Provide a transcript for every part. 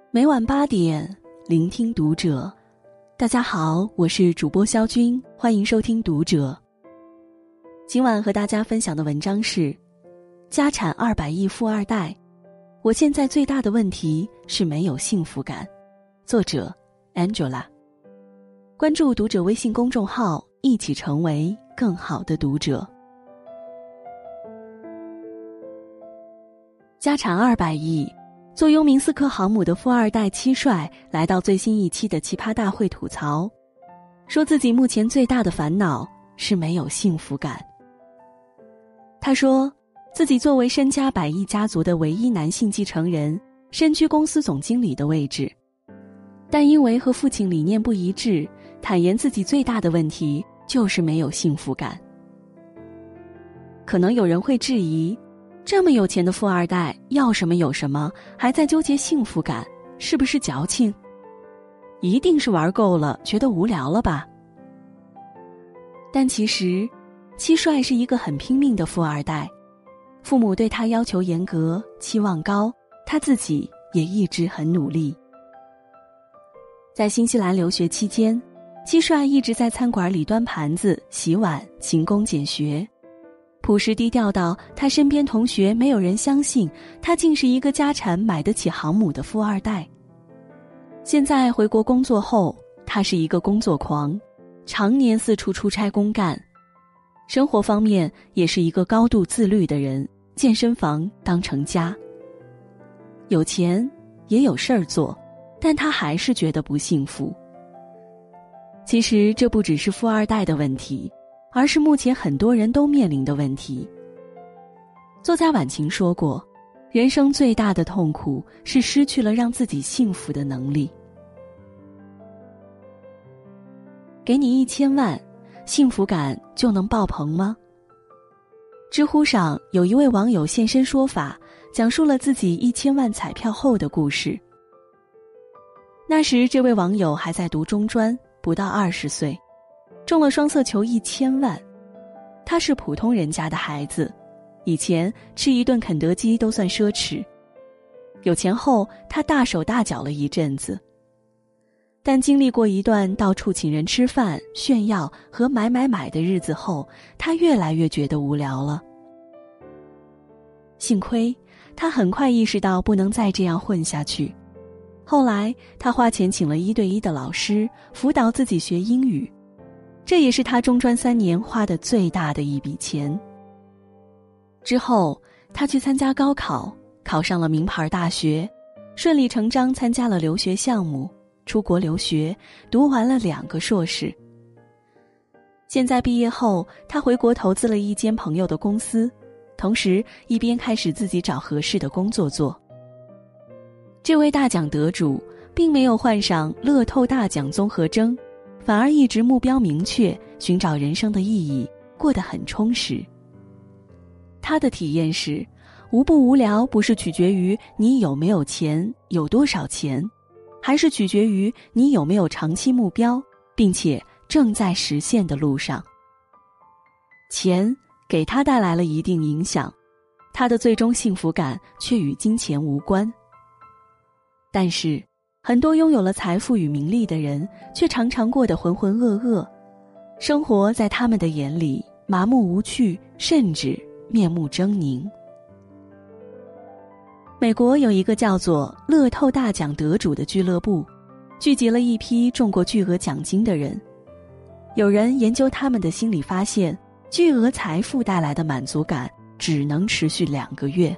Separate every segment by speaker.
Speaker 1: 每晚8点，聆听读者。大家好，我是主播肖军，欢迎收听读者。今晚和大家分享的文章是家产200亿富二代，我现在最大的问题是没有幸福感。作者 Angela。 关注读者微信公众号，一起成为更好的读者。家产200亿，坐拥明斯克航母的富二代七帅来到最新一期的奇葩大会吐槽，说自己目前最大的烦恼是没有幸福感。他说自己作为身家100亿家族的唯一男性继承人，身居公司总经理的位置，但因为和父亲理念不一致，坦言自己最大的问题就是没有幸福感。可能有人会质疑，这么有钱的富二代要什么有什么，还在纠结幸福感，是不是矫情？一定是玩够了，觉得无聊了吧？但其实七帅是一个很拼命的富二代，父母对他要求严格，期望高，他自己也一直很努力。在新西兰留学期间，七帅一直在餐馆里端盘子、洗碗，勤工俭学，朴实低调到他身边同学没有人相信他竟是一个家产买得起航母的富二代。现在回国工作后，他是一个工作狂，常年四处出差公干，生活方面也是一个高度自律的人，健身房当成家。有钱也有事儿做，但他还是觉得不幸福。其实这不只是富二代的问题，而是目前很多人都面临的问题。作家晚晴说过，人生最大的痛苦是失去了让自己幸福的能力。给你1000万，幸福感就能爆棚吗？知乎上有一位网友现身说法，讲述了自己1000万彩票后的故事。那时这位网友还在读中专，不到20岁，中了双色球1000万。他是普通人家的孩子，以前吃一顿肯德基都算奢侈。有钱后，他大手大脚了一阵子，但经历过一段到处请人吃饭、炫耀和买的日子后，他越来越觉得无聊了。幸亏他很快意识到不能再这样混下去。后来他花钱请了1对1的老师，辅导自己学英语，这也是他中专3年花的最大的一笔钱。之后他去参加高考，考上了名牌大学，顺理成章参加了留学项目，出国留学，读完了2个硕士。现在毕业后，他回国投资了一间朋友的公司，同时一边开始自己找合适的工作做。这位大奖得主并没有患上乐透大奖综合征，反而一直目标明确，寻找人生的意义，过得很充实。他的体验是，无不无聊不是取决于你有没有钱，有多少钱，还是取决于你有没有长期目标，并且正在实现的路上。钱给他带来了一定影响，他的最终幸福感却与金钱无关。但是很多拥有了财富与名利的人，却常常过得浑浑噩噩，生活在他们的眼里麻木无趣，甚至面目狰狞。美国有一个叫做乐透大奖得主的俱乐部，聚集了一批中过巨额奖金的人。有人研究他们的心理，发现巨额财富带来的满足感只能持续2个月。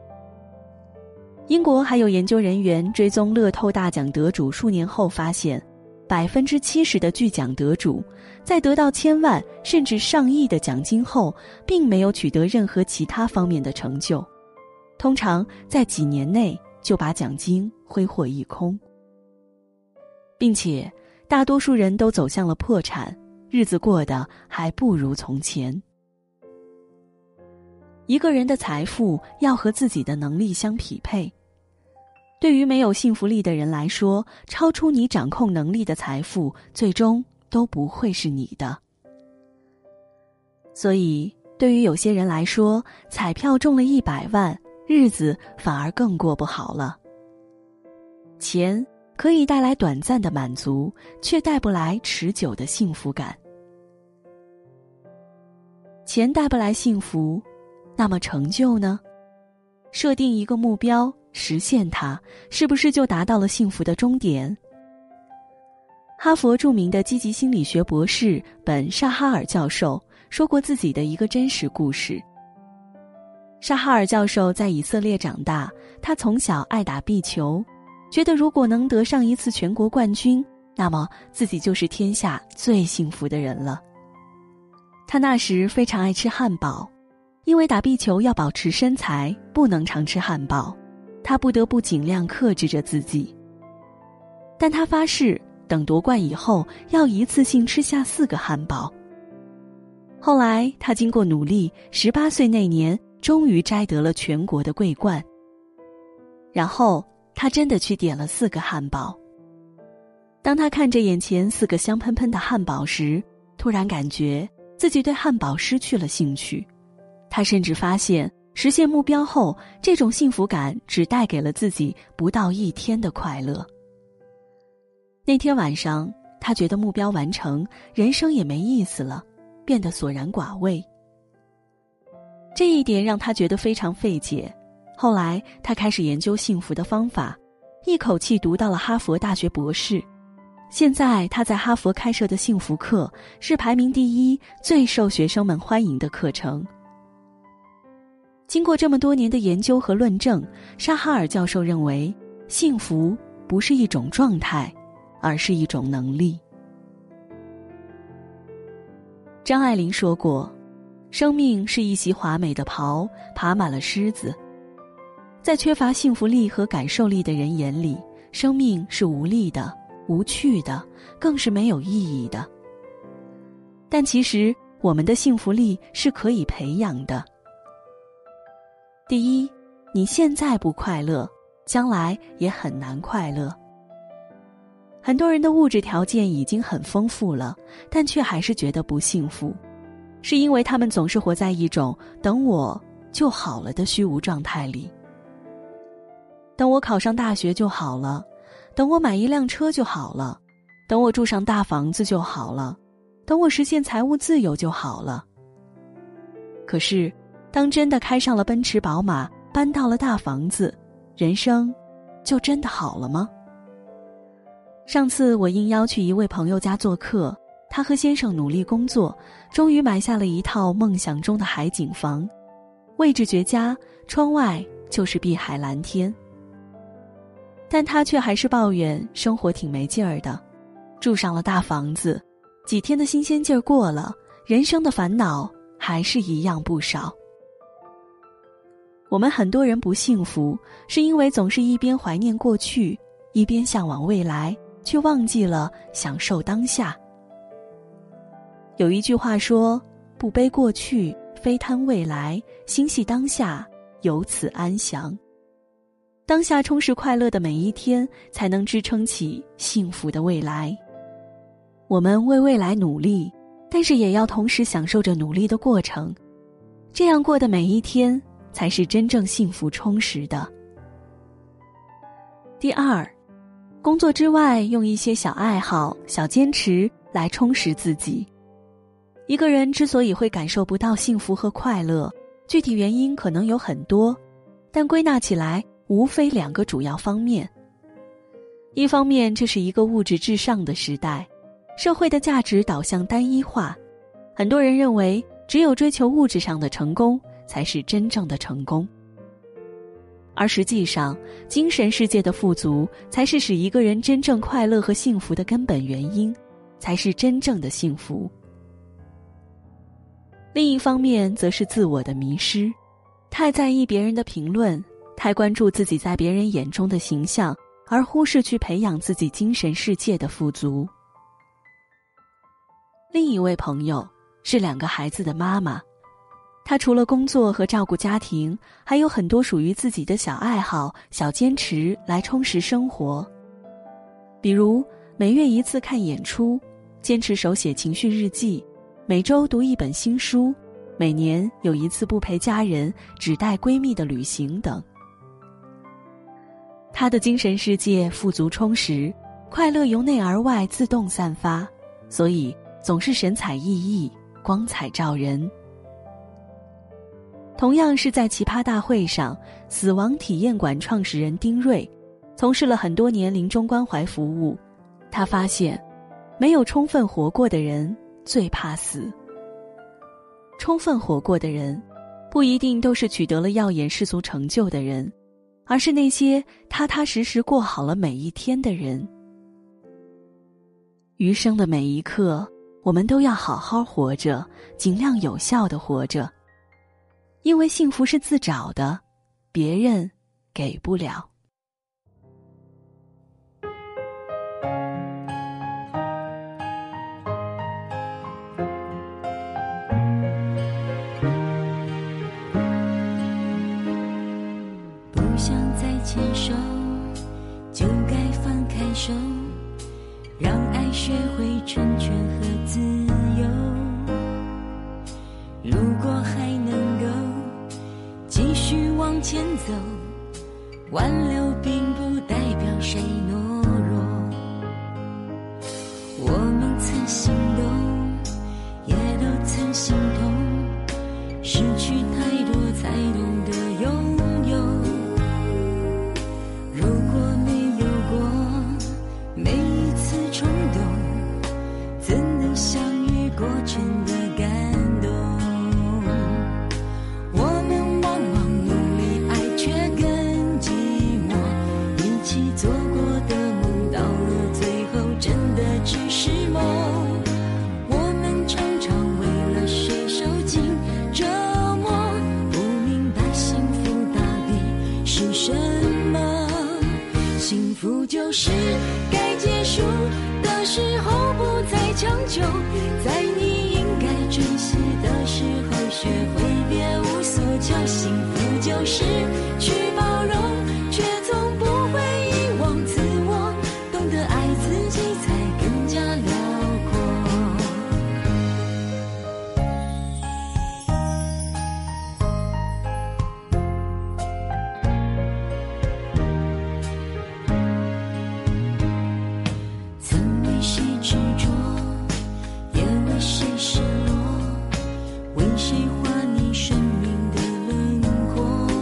Speaker 1: 英国还有研究人员追踪乐透大奖得主数年后发现，70%的巨奖得主在得到1000万甚至上亿的奖金后，并没有取得任何其他方面的成就，通常在几年内就把奖金挥霍一空，并且大多数人都走向了破产，日子过得还不如从前。一个人的财富要和自己的能力相匹配。对于没有幸福力的人来说，超出你掌控能力的财富，最终都不会是你的。所以，对于有些人来说，彩票中了100万，日子反而更过不好了。 钱可以带来短暂的满足，却带不来持久的幸福感。钱带不来幸福，那么成就呢？设定一个目标，实现它，是不是就达到了幸福的终点？哈佛著名的积极心理学博士本·沙哈尔教授说过自己的一个真实故事。沙哈尔教授在以色列长大，他从小爱打壁球，觉得如果能得上一次全国冠军，那么自己就是天下最幸福的人了。他那时非常爱吃汉堡，因为打壁球要保持身材，不能常吃汉堡，他不得不尽量克制着自己。但他发誓，等夺冠以后要一次性吃下4个汉堡。后来他经过努力，18岁那年终于摘得了全国的桂冠。然后他真的去点了4个汉堡。当他看着眼前4个香喷喷的汉堡时，突然感觉自己对汉堡失去了兴趣。他甚至发现，实现目标后，这种幸福感只带给了自己不到1天的快乐。那天晚上，他觉得目标完成，人生也没意思了，变得索然寡味。这一点让他觉得非常费解。后来他开始研究幸福的方法，一口气读到了哈佛大学博士。现在他在哈佛开设的幸福课是排名第1，最受学生们欢迎的课程。经过这么多年的研究和论证，沙哈尔教授认为，幸福不是一种状态，而是一种能力。张爱玲说过，生命是一袭华美的袍，爬满了虱子。在缺乏幸福力和感受力的人眼里，生命是无力的、无趣的，更是没有意义的。但其实，我们的幸福力是可以培养的。第一，你现在不快乐，将来也很难快乐。很多人的物质条件已经很丰富了，但却还是觉得不幸福，是因为他们总是活在一种等我就好了的虚无状态里。等我考上大学就好了，等我买一辆车就好了，等我住上大房子就好了，等我实现财务自由就好了。可是，当真的开上了奔驰宝马，搬到了大房子，人生就真的好了吗？上次我应邀去一位朋友家做客，他和先生努力工作，终于买下了一套梦想中的海景房，位置绝佳，窗外就是碧海蓝天。但他却还是抱怨生活挺没劲儿的，住上了大房子，几天的新鲜劲儿过了，人生的烦恼还是一样不少。我们很多人不幸福，是因为总是一边怀念过去，一边向往未来，却忘记了享受当下。有一句话说，不悲过去，非贪未来，心系当下，由此安详。当下充实快乐的每一天，才能支撑起幸福的未来。我们为未来努力，但是也要同时享受着努力的过程，这样过的每一天才是真正幸福充实的。第二，工作之外用一些小爱好、小坚持来充实自己。一个人之所以会感受不到幸福和快乐，具体原因可能有很多，但归纳起来无非2个主要方面。一方面，这是一个物质至上的时代，社会的价值导向单一化，很多人认为只有追求物质上的成功才是真正的成功。而实际上，精神世界的富足才是使一个人真正快乐和幸福的根本原因，才是真正的幸福。另一方面，则是自我的迷失，太在意别人的评论，太关注自己在别人眼中的形象，而忽视去培养自己精神世界的富足。另一位朋友是2个孩子的妈妈，她除了工作和照顾家庭，还有很多属于自己的小爱好、小坚持来充实生活。比如每月1次看演出，坚持手写情绪日记，每周读一本新书，每年有1次不陪家人只带闺蜜的旅行等。 他的精神世界富足充实，快乐由内而外自动散发，所以总是神采奕奕，光彩照人。同样是在奇葩大会上，死亡体验馆创始人丁瑞从事了很多年临终关怀服务，他发现没有充分活过的人最怕死。充分活过的人不一定都是取得了耀眼世俗成就的人，而是那些踏踏实实过好了每一天的人。余生的每一刻，我们都要好好活着，尽量有效地活着，因为幸福是自找的，别人给不了。
Speaker 2: 不想再牵手，就该放开手，让爱学会成全和自由。如果还能够继续往前走，挽留并不代表谁懦弱。我们曾心动，也都曾心痛，失去太多才懂得拥有。如果没有过每一次冲动，怎能相遇过真的感动？我们往往努力爱，却更寂寞，一起做过的梦，到了最后真的只是梦。我们常常为了谁受尽折磨，不明白幸福到底是什么。幸福就是该结束的时候不再强求，在你应该珍惜的时候学会别无所求。幸福就是去包容，却从不会遗忘自我，懂得爱自己才更加辽阔。曾为谁执着，也为谁失落，为谁画你生命的轮廓。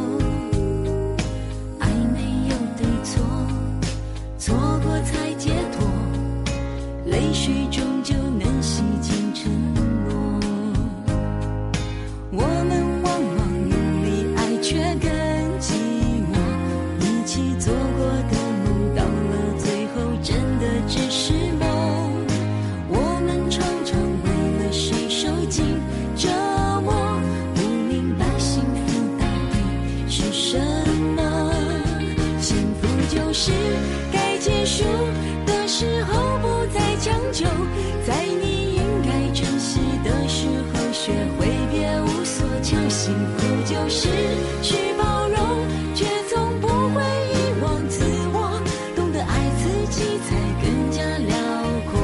Speaker 2: 爱没有对错，错过才解脱，泪水终究能洗净承诺。我们往往努力爱，却更寂寞，一起做过的梦，到了最后真的只是梦。我们常常为了谁受尽折磨，不明白幸福到底是什么。幸福就是该结束的时候不再强求，在你应该珍惜的时候学会别无所求。幸福就是去包容，却从不会遗忘自我，懂得爱自己才更加辽阔。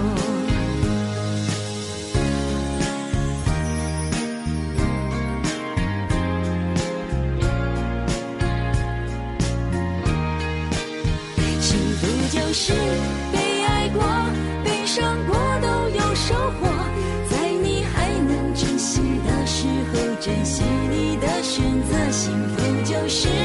Speaker 2: 幸福就是被爱过，被伤过都有收获，在你还能珍惜的时候珍惜你的选择。幸福就是